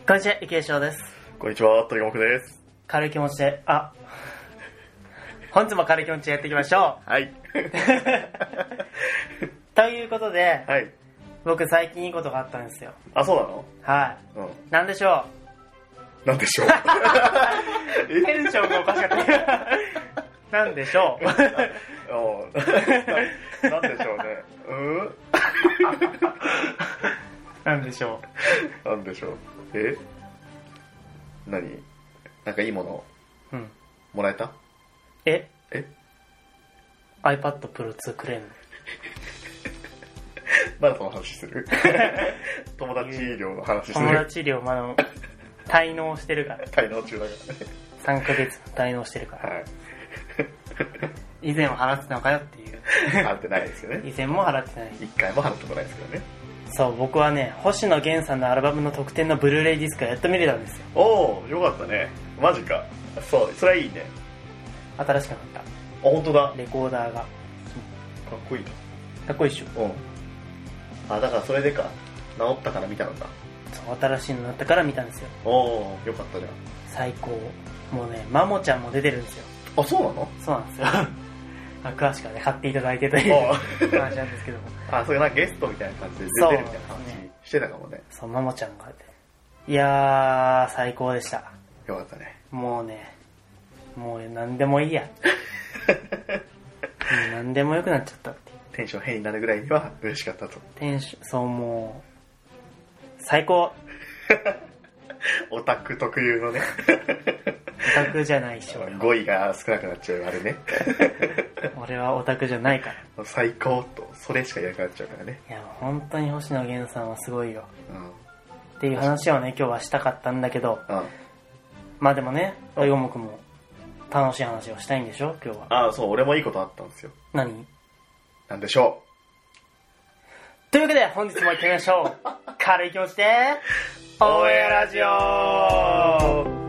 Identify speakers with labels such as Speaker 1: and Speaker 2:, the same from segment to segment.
Speaker 1: こんにちは、池江翔です。
Speaker 2: こんにちは、鳥目です。
Speaker 1: 軽い気持ちで、本日も軽い気持ちでやっていきましょ
Speaker 2: う。はい。
Speaker 1: ということで、
Speaker 2: はい。
Speaker 1: 僕最近いいことがあったんですよ。
Speaker 2: あ、そうなの？
Speaker 1: はい。
Speaker 2: うん。
Speaker 1: なんでしょ
Speaker 2: う。なんでしょう。
Speaker 1: テンションがおかしかった。なんでしょう。
Speaker 2: なんでしょうね。
Speaker 1: なんでしょ
Speaker 2: う。なんでしょう。何？なんかいいものもらえた？
Speaker 1: iPad Pro 2くれんの？
Speaker 2: まだその話する？友達寮の話する？
Speaker 1: 友達寮まだ滞納してるから。
Speaker 2: 滞納中だからね。
Speaker 1: 3ヶ月滞納してるから。
Speaker 2: はい。
Speaker 1: 以前は払ってたのかよっていう。
Speaker 2: 払ってないですよね。
Speaker 1: 以前も払ってない。
Speaker 2: 1回も払ってもないですけどね。
Speaker 1: そう、僕はね、星野源さんのアルバムの特典のブルーレイディスクがやっと見れたんですよ。
Speaker 2: おー、よかったね。マジか。そう、それはいいね。
Speaker 1: 新しくなった。
Speaker 2: あ、本当だ。
Speaker 1: レコーダーが。か
Speaker 2: っこいい。
Speaker 1: かっこいいっしょ。
Speaker 2: うん。あ、だからそれでか。治ったから見たのか。
Speaker 1: そう、新しいのになったから見たんですよ。
Speaker 2: おー、よかったじゃん。
Speaker 1: 最高。もうね、マモちゃんも出てるんですよ。
Speaker 2: あ、そうなの？
Speaker 1: そうなんですよ。詳しくはね、買っていただいてという話なんですけども。
Speaker 2: あ、それなんかゲストみたいな感じで出てるみたいな話してたかもね。
Speaker 1: そう、マモちゃんがいやー、最高でした。
Speaker 2: よかったね。
Speaker 1: もうね、もう何でもいいや。何でも良くなっちゃったっていう。
Speaker 2: テンション変になるぐらいには嬉しかったと。
Speaker 1: そう、もう、最高。
Speaker 2: オタク特有のね。
Speaker 1: オタクじゃないっしょ。
Speaker 2: 語彙が少なくなっちゃうあれね。
Speaker 1: 俺はオタクじゃないから。
Speaker 2: 最高と、それしか言えなくなっちゃうからね。
Speaker 1: いや、本当に星野源さんはすごいよ。
Speaker 2: うん。
Speaker 1: っていう話をね、今日はしたかったんだけど、
Speaker 2: うん。
Speaker 1: まあでもね、ヨモくんも楽しい話をしたいんでしょ、今日は。
Speaker 2: ああ、そう、俺もいいことあったんですよ。
Speaker 1: 何？
Speaker 2: なんでしょ
Speaker 1: う。というわけで、本日も行ってみましょう。軽い気持ちで、オンエアラジオ。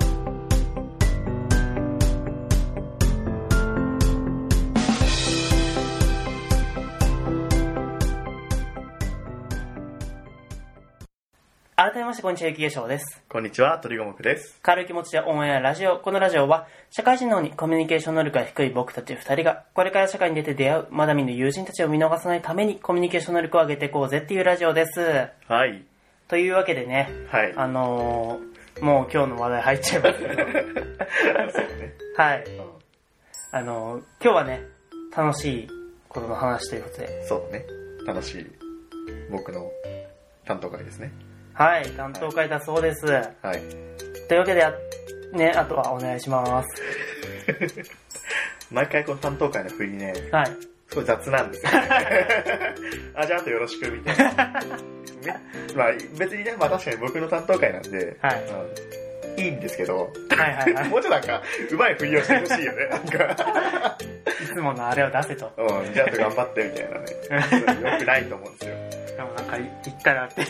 Speaker 1: 改めましてこんにちは、ゆきえしょうです。
Speaker 2: こんにちは、鳥目です。
Speaker 1: 軽い気持ちでオンエアラジオ。このラジオは、社会人の方にコミュニケーション能力が低い僕たち二人が、これから社会に出て出会う、まだ見ぬ友人たちを見逃さないために、コミュニケーション能力を上げていこうぜっていうラジオです。
Speaker 2: はい。
Speaker 1: というわけでね、
Speaker 2: はい。
Speaker 1: もう今日の話題入っちゃいますけど。そうね。はい。今日はね、楽しいことの話ということで。
Speaker 2: そうね。楽しい、僕の担当会ですね。
Speaker 1: はい、担当会だそうです。はい。というわけでね、あとはお願いします。
Speaker 2: 毎回この担当会の振りね、
Speaker 1: はい。
Speaker 2: すごい雑なんですよ、ね。あ、じゃああとよろしくみたいな。まあ別にね、まあ確かに僕の担当会なんで、
Speaker 1: はい。
Speaker 2: いいんですけど、
Speaker 1: はいはいはい。
Speaker 2: もうちょっとなんか、うまい振りをしてほしいよね、なんか。
Speaker 1: いつものあれを出せと。
Speaker 2: うん、じゃああと頑張ってみたいなね。よくないと思うんですよ。
Speaker 1: でもなんか、いっかなって。いっ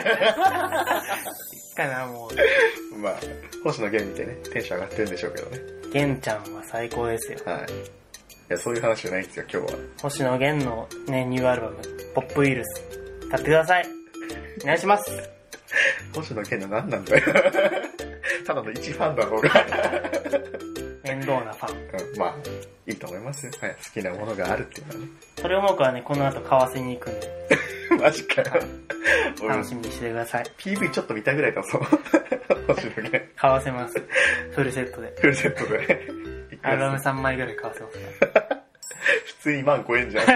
Speaker 1: かな、もう。
Speaker 2: まあ、星野源見てね、テンション上がってるんでしょうけどね。
Speaker 1: 源ちゃんは最高ですよ。
Speaker 2: はい。いや、そういう話じゃないんですよ、今日は。
Speaker 1: 星野源のね、ニューアルバム、ポップウイルス、買ってください。お願いします。
Speaker 2: 星野源の何なんだよ。ただの一ファンだろうが。
Speaker 1: 面倒なファン。
Speaker 2: うん、まあ、いいと思いますよ。はい、好きなものがあるっていうのはね。
Speaker 1: それを僕はね、この後買わせに行くんで。
Speaker 2: マジかよ。
Speaker 1: 楽しみにしてください。
Speaker 2: PV ちょっと見たぐらいだぞ。星野源。
Speaker 1: 買わせます。フルセットで。
Speaker 2: フルセットで。
Speaker 1: アルバム3枚ぐらい買わせますから。
Speaker 2: 普通に万超えんじゃん。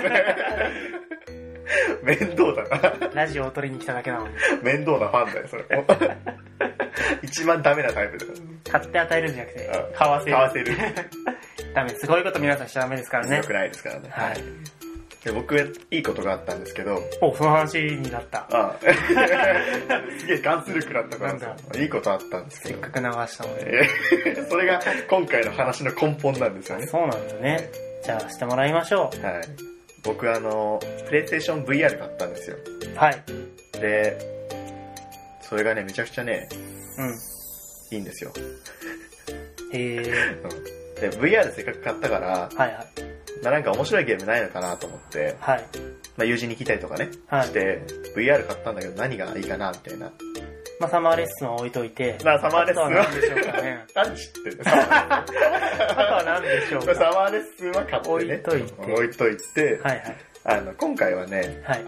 Speaker 2: 面倒だな。
Speaker 1: ラジオを取りに来ただけなのに。
Speaker 2: 面倒なファンだよ、それ。一番ダメなタイプだか
Speaker 1: 買
Speaker 2: ら。
Speaker 1: って与えるんじゃなくて、買わせる。
Speaker 2: 買わせる。
Speaker 1: ダメです。そういうこと皆さんしちゃダメですからね。
Speaker 2: 良くないですからね。
Speaker 1: はい。
Speaker 2: で僕、いいことがあったんですけど。
Speaker 1: その話になった。
Speaker 2: すげえガンツルクだったから、いいことあったんですけど。
Speaker 1: せっかく流したので。
Speaker 2: それが今回の話の根本なんですよね。
Speaker 1: そうなんだね。じゃあしてもらいましょう。
Speaker 2: はい。僕プレイステーション VR 買ったんですよ。
Speaker 1: はい。
Speaker 2: で、それがね、めちゃくちゃね、いいんですよ。
Speaker 1: へー。
Speaker 2: で、VR せっかく買ったから、
Speaker 1: はいはい。
Speaker 2: なんか面白いゲームないのかなと思って、
Speaker 1: はい。
Speaker 2: まあ友人に聞いたりとかね、
Speaker 1: はい、
Speaker 2: して、VR 買ったんだけど何がいいかなみたいな。
Speaker 1: まあ、サマーレッスンは置いといて。
Speaker 2: サマーレッスンは
Speaker 1: 何でしょうかね。
Speaker 2: 何知ってんの
Speaker 1: あとは何でしょうか。
Speaker 2: サマーレッスンは買ってね。
Speaker 1: 置いといて。はいはい。
Speaker 2: 今回はね、
Speaker 1: はい、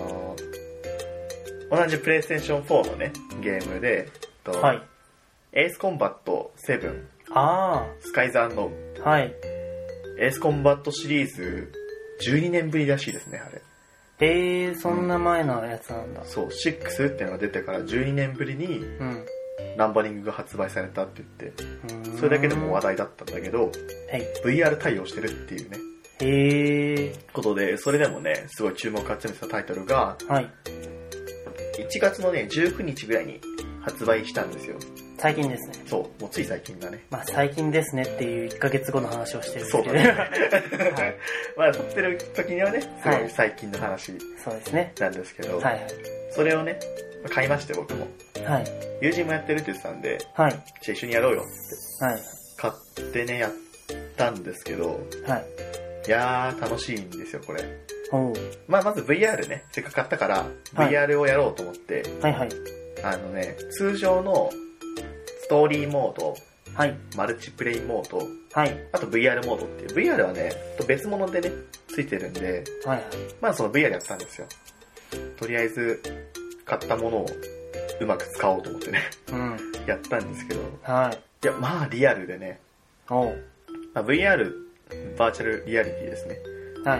Speaker 2: 同じプレイステーション4のね、ゲームで、
Speaker 1: はい、
Speaker 2: エースコンバット7、スカイズ・アンノーン、
Speaker 1: はい、
Speaker 2: エースコンバットシリーズ12年ぶりらしいですね、あれ。
Speaker 1: そんな前のやつなんだ。
Speaker 2: そう、6っていうのが出てから12年ぶりに、ナンバリングが発売されたって言って、それだけでも話題だったんだけど、VR 対応してるっていうね。ことで、それでもね、すごい注目を集めてたタイトルが、1月のね、19日ぐらいに発売したんですよ。
Speaker 1: 最近ですね。
Speaker 2: そう、もうつい最近だね。
Speaker 1: まあ最近ですねっていう1ヶ月後の話をしてるんですけど。
Speaker 2: そうだね。はい。まあ撮ってる時にはね、すごい最近の話なんですけど、
Speaker 1: はいはい、
Speaker 2: それをね、買いまして僕も。
Speaker 1: はい。
Speaker 2: 友人もやってるって言ってたんで、
Speaker 1: はい。
Speaker 2: じゃあ一緒にやろうよって。
Speaker 1: はい。
Speaker 2: 買ってね、やったんですけど、
Speaker 1: はい。
Speaker 2: いやー、楽しいんですよ、これ。
Speaker 1: ま
Speaker 2: ず VR ね、せっかく買ったから、VR をやろうと思って、
Speaker 1: はいはい。
Speaker 2: 通常のストーリーモード、
Speaker 1: はい、
Speaker 2: マルチプレイモード、
Speaker 1: はい、
Speaker 2: あと VR モードっていう、VR はね、別物でね、ついてるんで、
Speaker 1: はいはい、
Speaker 2: まずその VR やったんですよ。とりあえず、買ったものをうまく使おうと思ってね、やったんですけど、
Speaker 1: はい。
Speaker 2: いや、まあリアルでね、VR、バーチャルリアリティですね。
Speaker 1: はい。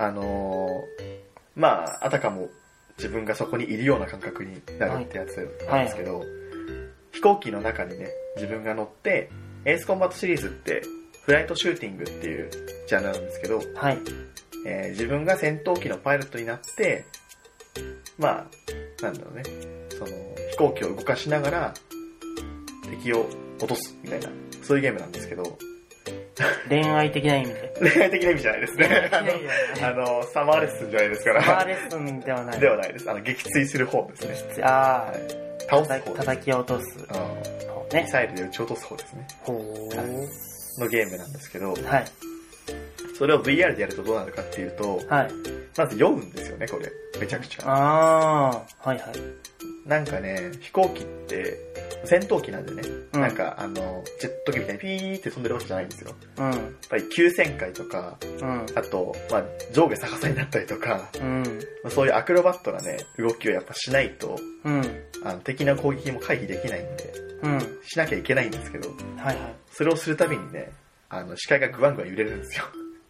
Speaker 2: まあ、あたかも自分がそこにいるような感覚になるってやつなんですけど、飛行機の中にね、自分が乗って、エースコンバットシリーズって、フライトシューティングっていうジャンルなんですけど、
Speaker 1: はい。
Speaker 2: 自分が戦闘機のパイロットになって、まあ、なんだろうね、飛行機を動かしながら、敵を落とすみたいな、そういうゲームなんですけど、
Speaker 1: 恋愛的な意味で。
Speaker 2: 恋愛的な意味じゃないですね。サマーレッスンじゃないですから。
Speaker 1: サマーレッスンではない。
Speaker 2: ではないです。撃墜する方ですね。倒す方。
Speaker 1: 叩き落とす。
Speaker 2: ミサイルで撃ち落とす方ですね。のゲームなんですけど、
Speaker 1: はい。
Speaker 2: それを VR でやるとどうなるかっていうと、
Speaker 1: はい。
Speaker 2: まず酔うんですよね、これ。めちゃくちゃ。
Speaker 1: はいはい。
Speaker 2: なんかね、飛行機って、戦闘機なんでね、なんかジェット機みたいにピーって飛んでるわけじゃないんですよ。やっぱり急旋回とか、あと、まあ、上下逆さになったりとか、そういうアクロバットなね、動きをやっぱしないと、敵の攻撃も回避できないんで、しなきゃいけないんですけど、
Speaker 1: はいはい、
Speaker 2: それをするたびにね、視界がグワングワン揺れるんですよ。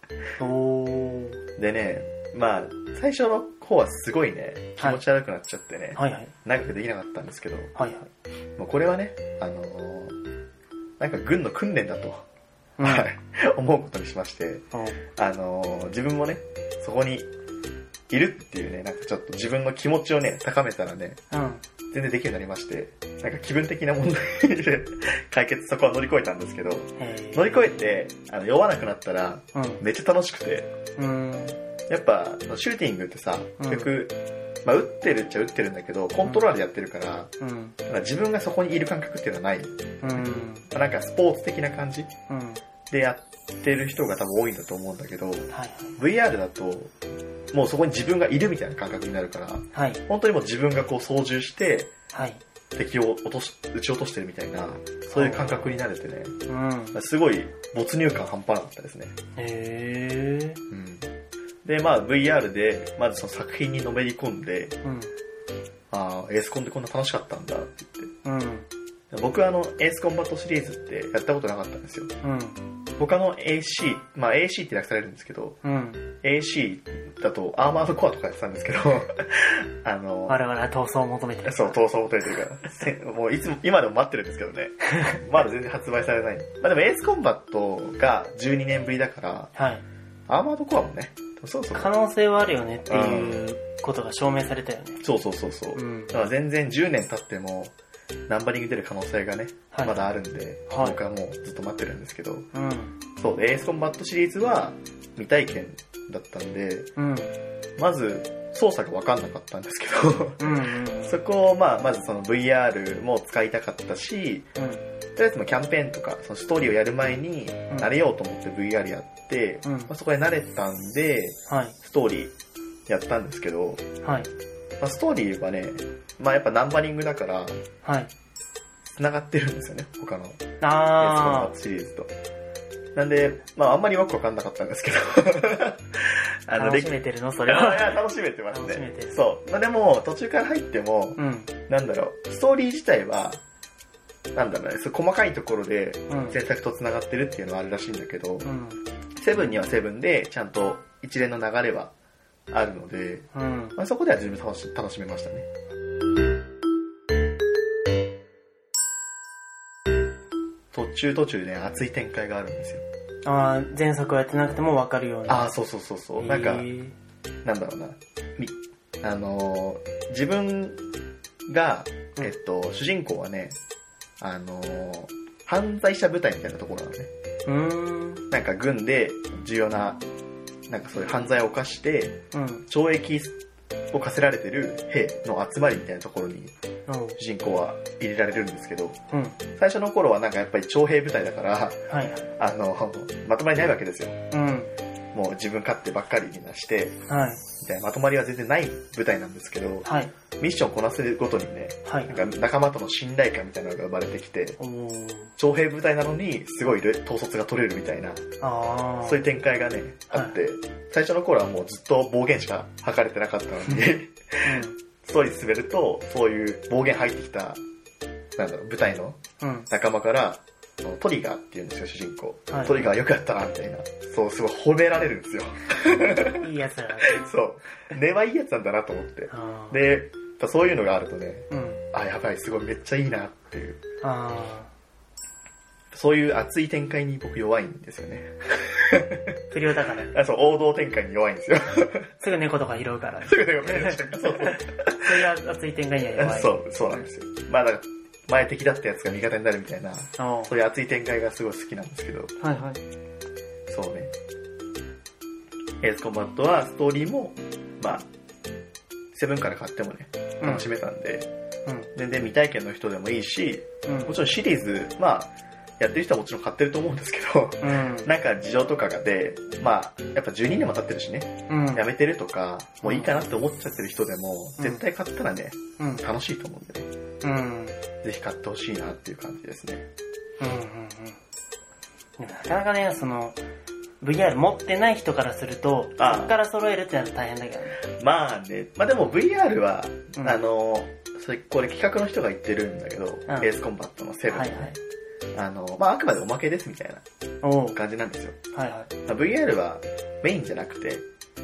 Speaker 2: でね、まあ、最初の方はすごいね、気持ち悪くなっちゃってね、長くできなかったんですけど、もうこれはね、なんか軍の訓練だと、思うことにしまして、自分もね、そこにいるっていうね、なんかちょっと自分の気持ちをね、高めたらね、全然できるようになりまして、なんか気分的な問題で解決そこは乗り越えたんですけど、乗り越えて酔わなくなったら、めっちゃ楽しくて、やっぱシューティングってさ、結局、まあ、撃ってるっちゃ撃ってるんだけど、コントローラーでやってるから、自分がそこにいる感覚っていうのはない。なんかスポーツ的な感じ、でやってる人が多分多いんだと思うんだけど、VR だと、もうそこに自分がいるみたいな感覚になるから、本当にもう自分がこう操縦して、敵を撃ち落としてるみたいな、そういう感覚になれてね、すごい没入感半端なかったですね。で、まあ VR で、まずその作品にのめり込んで、ああ、エースコンでこんな楽しかったんだって言って。僕はエースコンバットシリーズってやったことなかったんですよ。他の AC、まあ AC って略されるんですけど、AC だとアーマードコアとかやってたんですけど、
Speaker 1: 我々は闘争を求めてる。
Speaker 2: そう、闘争を求めてるから。もういつも、今でも待ってるんですけどね。まだ全然発売されない。まあでもエースコンバットが12年ぶりだから、アーマードコアもね、そう可
Speaker 1: 能性はあるよねっていうことが証明されたよね。
Speaker 2: そう。だから全然10年経っても、ナンバリング出る可能性がね、まだあるんで、僕はもうずっと待ってるんですけど、そう、エースコンバットシリーズは未体験だったんで、まず操作が分かんなかったんですけど、そこをまずその VR も使いたかったし、とりあえずもキャンペーンとかそのストーリーをやる前に慣れようと思って VR やって、そこで慣れたんで、ストーリーやったんですけど、 ストーリーはね、やっぱナンバリングだから、はい。繋がってるんですよね、他の。エースコンバットシリーズと。なんで、あんまりよくわかんなかったんですけど。
Speaker 1: 楽しめてるのそれは。
Speaker 2: いや、楽しめてますね。楽しめてる。そう。でも、途中から入っても、ストーリー自体は、細かいところで、前作と繋がってるっていうのはあるらしいんだけど、セブンにはセブンで、ちゃんと一連の流れはあるので、そこでは十分楽しめましたね。途中でね、熱い展開があるんですよ。
Speaker 1: 前作をやってなくても分かるような。
Speaker 2: そう。なんか、自分が、主人公はね、犯罪者部隊みたいなところなのね。なんか軍で重要な、そういう犯罪を犯して、懲役を課せられてる兵の集まりみたいなところに、主人公は入れられるんですけど、最初の頃はやっぱり徴兵部隊だから、まとまりないわけですよ。もう自分勝手ばっかりにして、みたいなまとまりは全然ない部隊なんですけど、ミッションこなせるごとにね、仲間との信頼感みたいなのが生まれてきて、徴兵部隊なのにすごい統率が取れるみたいな、そういう展開がね、あって、最初の頃はもうずっと暴言しか吐かれてなかったのに、ストーリー進めると、そういう暴言入ってきた、部隊の仲間から、トリガーって言うんですよ、主人公。トリガーよくやったな、みたいな。そう、すごい褒められるんですよ。
Speaker 1: いいやつだな。
Speaker 2: そう。根はいいやつなんだなと思って。で、そういうのがあるとね、やばい、すごいめっちゃいいなっていう。そういう熱い展開に僕弱いんですよね。
Speaker 1: 不良だから。
Speaker 2: そう、王道展開に弱いんですよ。
Speaker 1: すぐ猫とか拾うから。
Speaker 2: すぐ猫とか拾うから。そう。
Speaker 1: そういう熱い展開には弱い。
Speaker 2: そうなんですよ。だから前敵だったやつが味方になるみたいな、そういう熱い展開がすごい好きなんですけど。そうね。エースコンバットはストーリーも、セブンから買ってもね、楽しめたんで、全然未体験の人でもいいし、もちろんシリーズ、やってる人はもちろん買ってると思うんですけど、事情とかで、やっぱ12年も経ってるしね、やめてるとか、もういいかなって思っちゃってる人でも、絶対買ったらね、楽しいと思うんでね、ぜひ買ってほしいなっていう感じですね。
Speaker 1: なかなかね、VR 持ってない人からすると、そこから揃えるってのは大変だけどね。
Speaker 2: でも VR は、これ企画の人が言ってるんだけど、エースコンバットのセブンね。あくまでおまけですみたいな感じなんですよ。VR はメインじゃなくて、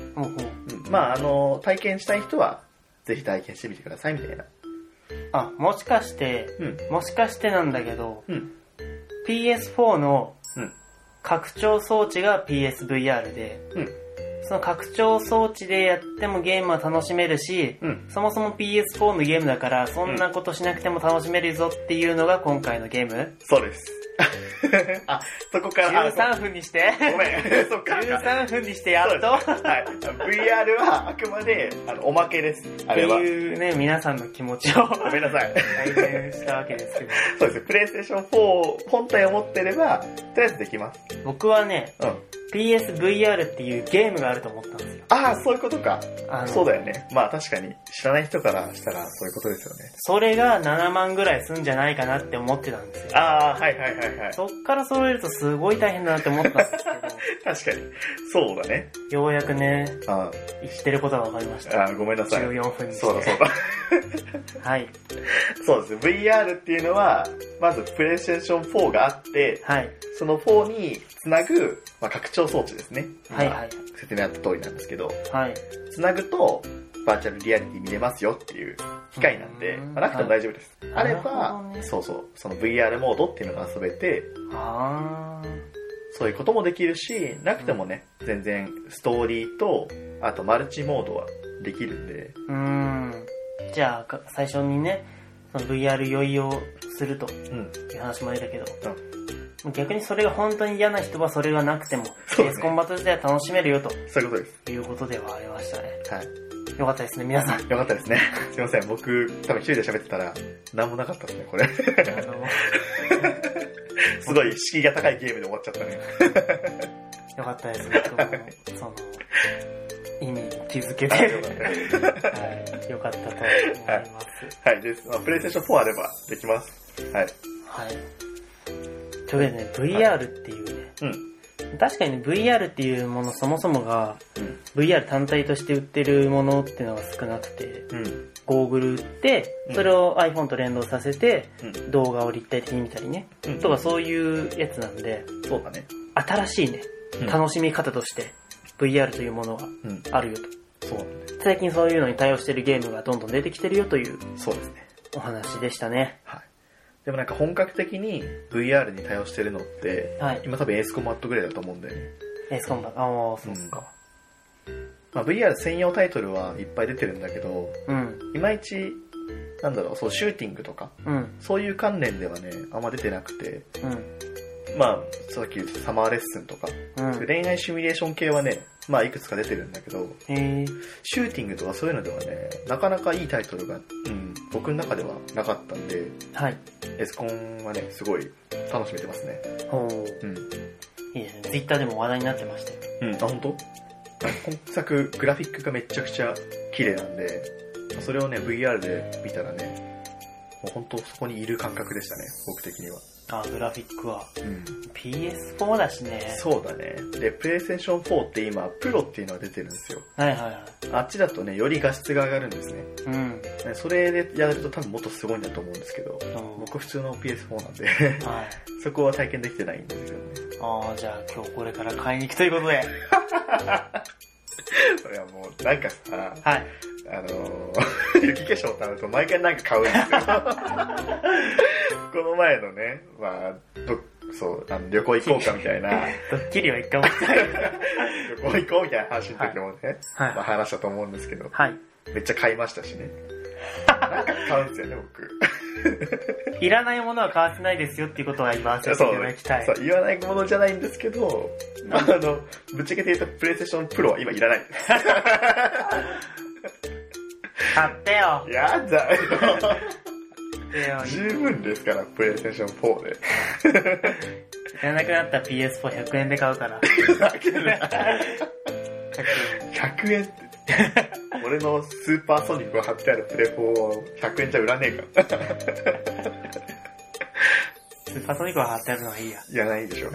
Speaker 2: 体験したい人はぜひ体験してみてくださいみたいな。
Speaker 1: もしかしてなんだけど、PS4 の拡張装置が PSVR で、その拡張装置でやってもゲームは楽しめるし、そもそも PS4 のゲームだからそんなことしなくても楽しめるぞっていうのが今回のゲーム？
Speaker 2: そうです。そこから
Speaker 1: 13分にして
Speaker 2: ごめん、そっか。
Speaker 1: 13分にしてやっと
Speaker 2: VR はあくまでおまけです。
Speaker 1: あれは。っていうね、皆さんの気持ちを
Speaker 2: ごめんなさい。
Speaker 1: 代弁したわけですけど。
Speaker 2: そうです。プレイステーション4本体を持ってれば、とりあえずできます。
Speaker 1: 僕はね、PSVR っていうゲームがあると思ったんですよ。
Speaker 2: そういうことか。そうだよね。確かに知らない人からしたらそういうことですよね。
Speaker 1: それが7万ぐらいすんじゃないかなって思ってたんですよ。
Speaker 2: はい。
Speaker 1: そっから揃えるとすごい大変だなって思ったんですけど。
Speaker 2: 確かに。そうだね。
Speaker 1: ようやくね、言ってることが分かりました。
Speaker 2: ごめんなさい。
Speaker 1: 14分にして。
Speaker 2: そうだ。
Speaker 1: はい。
Speaker 2: そうです。VR っていうのは、まずプレイステーション4があって、その4につなぐ、拡張装置ですね。説明あった通りなんですけど、つなぐとバーチャルリアリティ見れますよっていう機械なんで、なくても大丈夫です。あれば、その VR モードっていうのが遊べて、そういうこともできるし、なくてもね、全然ストーリーと、あとマルチモードはできるんで。
Speaker 1: じゃあ、最初にね、その VR 酔いをするという話も出たけど、逆にそれが本当に嫌な人はそれがなくても、エースコンバット自体は楽しめるよと。
Speaker 2: そういうことです。
Speaker 1: いうことではありましたね。よかったですね、皆さん。
Speaker 2: よかったですね。すいません、僕、多分一人で喋ってたら、なんもなかったですね、これ。すごい敷居が高いゲームで終わっちゃったね。
Speaker 1: よかったですね、意味に気づけて。 よかったと思います。
Speaker 2: はい、です。プレイステーション4あればできます。はい。
Speaker 1: はい。というわけでね、VR っていうね、確かにね、VR っていうものそもそもが、VR 単体として売ってるものっていうのが少なくて、ゴーグル売って、それを iPhone と連動させて、動画を立体的に見たりね、とかそういうやつなんで、
Speaker 2: そうだね。
Speaker 1: 新しいね、楽しみ方として VR というものがあるよと。
Speaker 2: そうね。
Speaker 1: 最近そういうのに対応してるゲームがどんどん出てきてるよという、
Speaker 2: そうですね。
Speaker 1: お話でしたね。
Speaker 2: はい。でもなんか本格的に VR に対応してるのって、今多分エースコンバットぐらいだと思うんだよね。
Speaker 1: エースコンバット、そうか。
Speaker 2: VR 専用タイトルはいっぱい出てるんだけど、いまいち、そうシューティングとか、そういう関連ではね、あんま出てなくて、さっき言ったサマーレッスンとか、恋愛シミュレーション系はね、いくつか出てるんだけど、シューティングとかそういうのではね、なかなかいいタイトルが、僕の中ではなかったんで、エスコンはね、すごい楽しめてますね。
Speaker 1: いいですね。ツイッターでも話題になってましたよ。
Speaker 2: あ、本当？今作、グラフィックがめちゃくちゃ綺麗なんで、それをね、VR で見たらね、もう本当そこにいる感覚でしたね、僕的には。
Speaker 1: グラフィックは。PS4 だしね。
Speaker 2: そうだね。で、PlayStation 4って今、プロっていうのが出てるんですよ。あっちだとね、より画質が上がるんですね。それでやると多分もっとすごいんだと思うんですけど、僕普通の PS4 なんで、そこは体験できてないんですよね。
Speaker 1: じゃあ今日これから買いに行くということで。
Speaker 2: それはもう、なんかさ、雪化粧を買うと毎回なんか買うんですよ。この前のね、旅行行こうかみたいな。
Speaker 1: ドッキリは一回もしてない。
Speaker 2: 旅行行こうみたいな話の時もね、話したと思うんですけど、めっちゃ買いましたしね。なんか買うんですよね、僕。
Speaker 1: いらないものは買わせないですよっていうことは言わせていただきたい。
Speaker 2: そう、言わないものじゃないんですけど、ぶっちゃけて言うと、プレイステーションプロは今いらない。
Speaker 1: 買ってよ。
Speaker 2: やだよ。十分ですから、プレイステーション4で。
Speaker 1: いらなくなった PS4100 円で買うから。
Speaker 2: 100円って。俺のスーパーソニックが貼ってあるプレ4を100円じゃ売らねえから。
Speaker 1: スーパーソニックが貼ってあるのはいいや。
Speaker 2: いらないでしょ。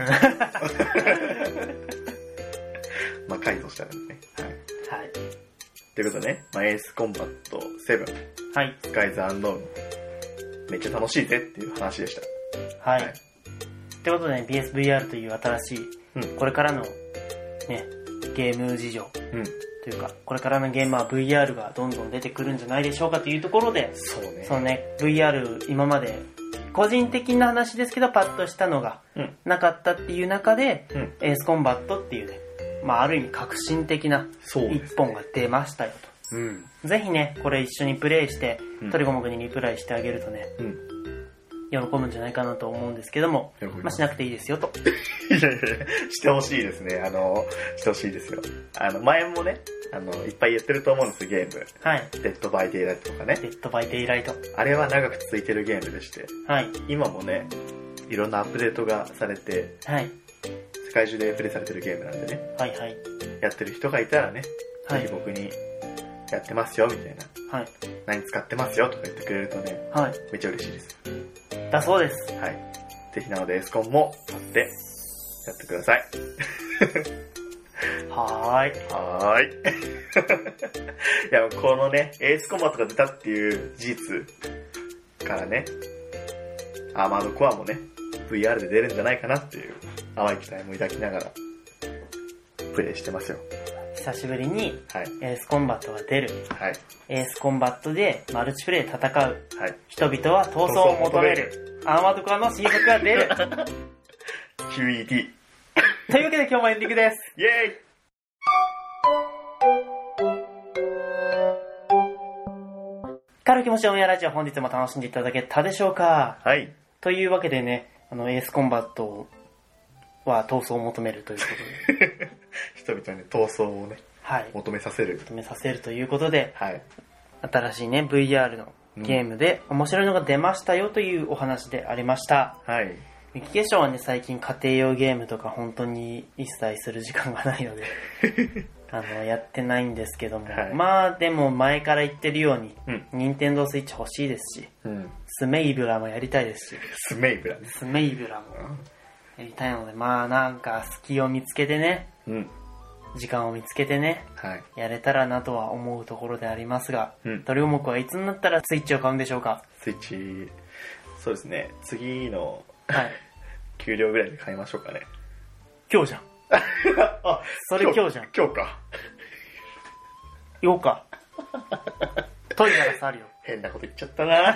Speaker 2: 改造したらね。はい。ということでね、エースコンバット7、スカイズ・アンノーン、めっちゃ楽しいぜっていう話でした。
Speaker 1: はい。ということでね、PSVR という新しい、これからのね、ゲーム事情、というか、これからのゲームは VR がどんどん出てくるんじゃないでしょうかというところで、そのね、VR 今まで、個人的な話ですけど、パッとしたのがなかったっていう中で、エースコンバットっていうね、ある意味革新的な一本が出ましたよと。ぜひね、これ一緒にプレイして、トリゴモグにリプライしてあげるとね、喜ぶんじゃないかなと思うんですけども、しなくていいですよと。
Speaker 2: いや、してほしいですね。してほしいですよ。前もね、いっぱい言ってると思うんですよ、ゲーム。デッドバイデイライトとかね。
Speaker 1: デッドバイデイライト。
Speaker 2: あれは長く続いてるゲームでして、今もね、いろんなアップデートがされて、世界中でプレイされてるゲームなんでね。やってる人がいたらね、ぜひ僕にやってますよみたいな。何使ってますよとか言ってくれるとね、めっちゃ嬉しいです。
Speaker 1: だそうです。
Speaker 2: ぜひなのでエースコンも買ってやってください。
Speaker 1: はーい。
Speaker 2: いや、このね、エースコンバットが出たっていう事実からね、アーマードコアもね、VR で出るんじゃないかなっていう淡い期待も抱きながらプレイしてますよ。
Speaker 1: 久しぶりにエースコンバットが出る。エースコンバットでマルチプレイ戦う。人々は闘争を求める。アーマードコアの新作が出る。
Speaker 2: QED。
Speaker 1: というわけで今日もエンディングです。
Speaker 2: イェーイ。
Speaker 1: 軽気持ちオンエアラジオ、本日も楽しんでいただけたでしょうか。というわけでね、エースコンバットは闘争を求めるということで。
Speaker 2: 人々に闘争をね、求めさせる
Speaker 1: ということで、新しいね VR のゲームで面白いのが出ましたよというお話でありました。雪化粧はね、最近家庭用ゲームとか本当に一切する時間がないのでやってないんですけども、はい、まあでも前から言ってるように、任天堂スイッチ欲しいですし、スメイブラもやりたいですし、
Speaker 2: スメイブラ
Speaker 1: もやりたいので、まあなんか隙を見つけてね、時間を見つけてね、はい、やれたらなとは思うところでありますが、鳥五目はいつになったらスイッチを買うんでしょうか？
Speaker 2: スイッチ、そうですね、次の、はい、給料ぐらいで買いましょうかね。
Speaker 1: 今日じゃん。あ、それ今日じゃん。
Speaker 2: 今日か。
Speaker 1: ようか。トイガラスあるよ。
Speaker 2: 変なこと言っちゃったな。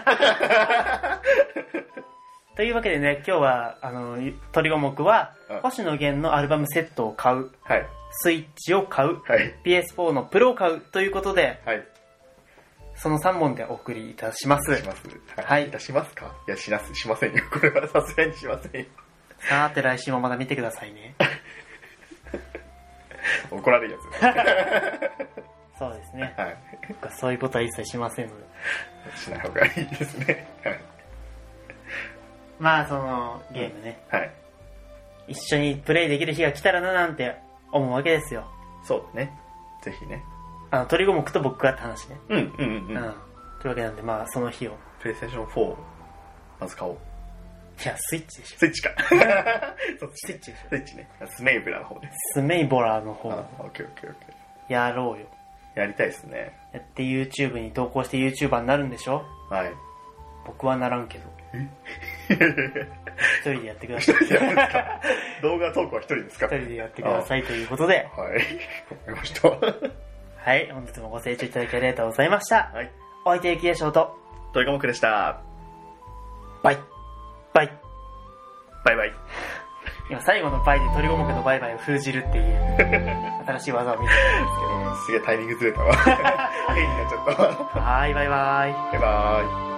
Speaker 1: というわけでね、今日は鳥五目は星野源のアルバムセットを買う、はい、スイッチを買う、はい、PS4 のプロを買うということで、はい、その3本でお送りいたします。
Speaker 2: はい。はい、いたしますか？いや、しませんよ。これはさすがにしませんよ。
Speaker 1: さて来週もまだ見てくださいね。
Speaker 2: 怒られるや
Speaker 1: つ。そうですね。はい。そういうことは一切しませんので。
Speaker 2: しない方がいいですね。
Speaker 1: まあそのゲームね、はい。一緒にプレイできる日が来たらななんて思うわけですよ。
Speaker 2: そうね。ぜひね。
Speaker 1: 鳥五目と僕がって話ね。
Speaker 2: という
Speaker 1: わけなんで、まあその日を。
Speaker 2: プレイステーション4まず買おう。
Speaker 1: いや、スイッチでしょ。
Speaker 2: スイッチか。
Speaker 1: スイッチでしょ。
Speaker 2: スイッチね。スメイブラの方ね。
Speaker 1: スメイボラの方。
Speaker 2: オッケー。
Speaker 1: やろうよ。
Speaker 2: やりたいですね。
Speaker 1: やって YouTube に投稿して YouTuber になるんでしょ？はい。僕はならんけど。一人でやってください。
Speaker 2: 動画投稿は一人ですか？
Speaker 1: 一人でやってくださいということで。はい。
Speaker 2: わかりました。
Speaker 1: はい。本日もご清聴いただきありがとうございました。はい。お相手ゆきやしょうと
Speaker 2: 鳥五目でした。
Speaker 1: バイ。今最後のバイで鳥五目のバイバイを封じるっていう新しい技を見てたんですけど。
Speaker 2: すげえタイミングずれたわ。変になっちゃったわ。
Speaker 1: はい、バイバイ。
Speaker 2: バイバイ。